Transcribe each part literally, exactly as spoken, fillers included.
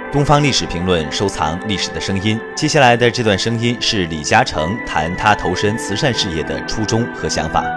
东方历史评论收藏历史的声音，接下来的这段声音是李嘉诚谈他投身慈善事业的初衷和想法。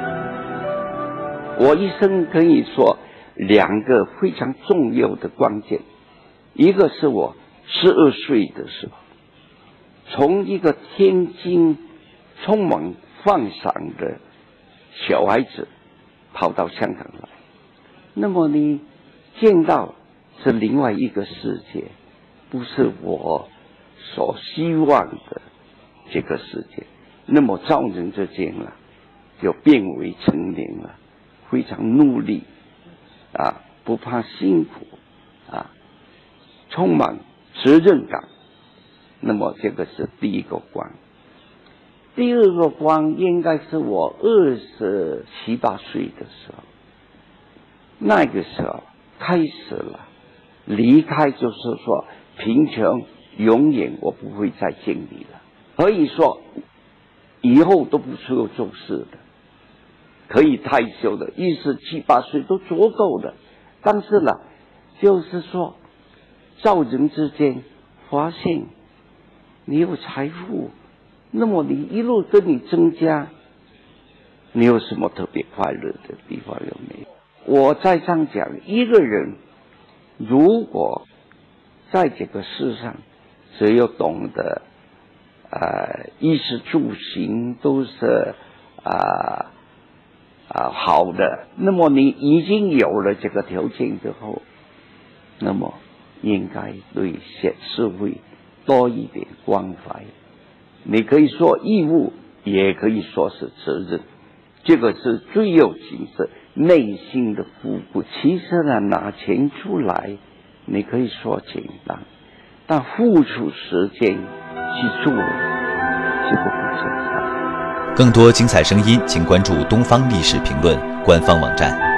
我一生可以说两个非常重要的关键，一个是我十二岁的时候，从一个天津充满幻想的小孩子跑到香港来，那么你见到是另外一个世界，不是我所希望的这个世界。那么造人之间了，就变为成年了，非常努力啊，不怕辛苦啊，充满责任感。那么这个是第一个关。第二个关应该是我二十七八岁的时候，那个时候开始了离开，就是说贫穷永远我不会再经历了，可以说以后都不需要做事的，可以退休的，一十七八岁都足够的。但是呢，就是说造人之间发现你有财富，那么你一路跟你增加，你有什么特别快乐的地方有没有？我再这样讲，一个人如果在这个世上只有懂得呃衣食住行都是啊啊、呃、好的，那么你已经有了这个条件之后，那么应该对社会多一点关怀。你可以说义务，也可以说是责任，这个是最有形式内心的富贵。其实呢，拿钱出来你可以说简单，但付出时间去做这个不简单。 更多精彩声音请关注东方历史评论官方网站。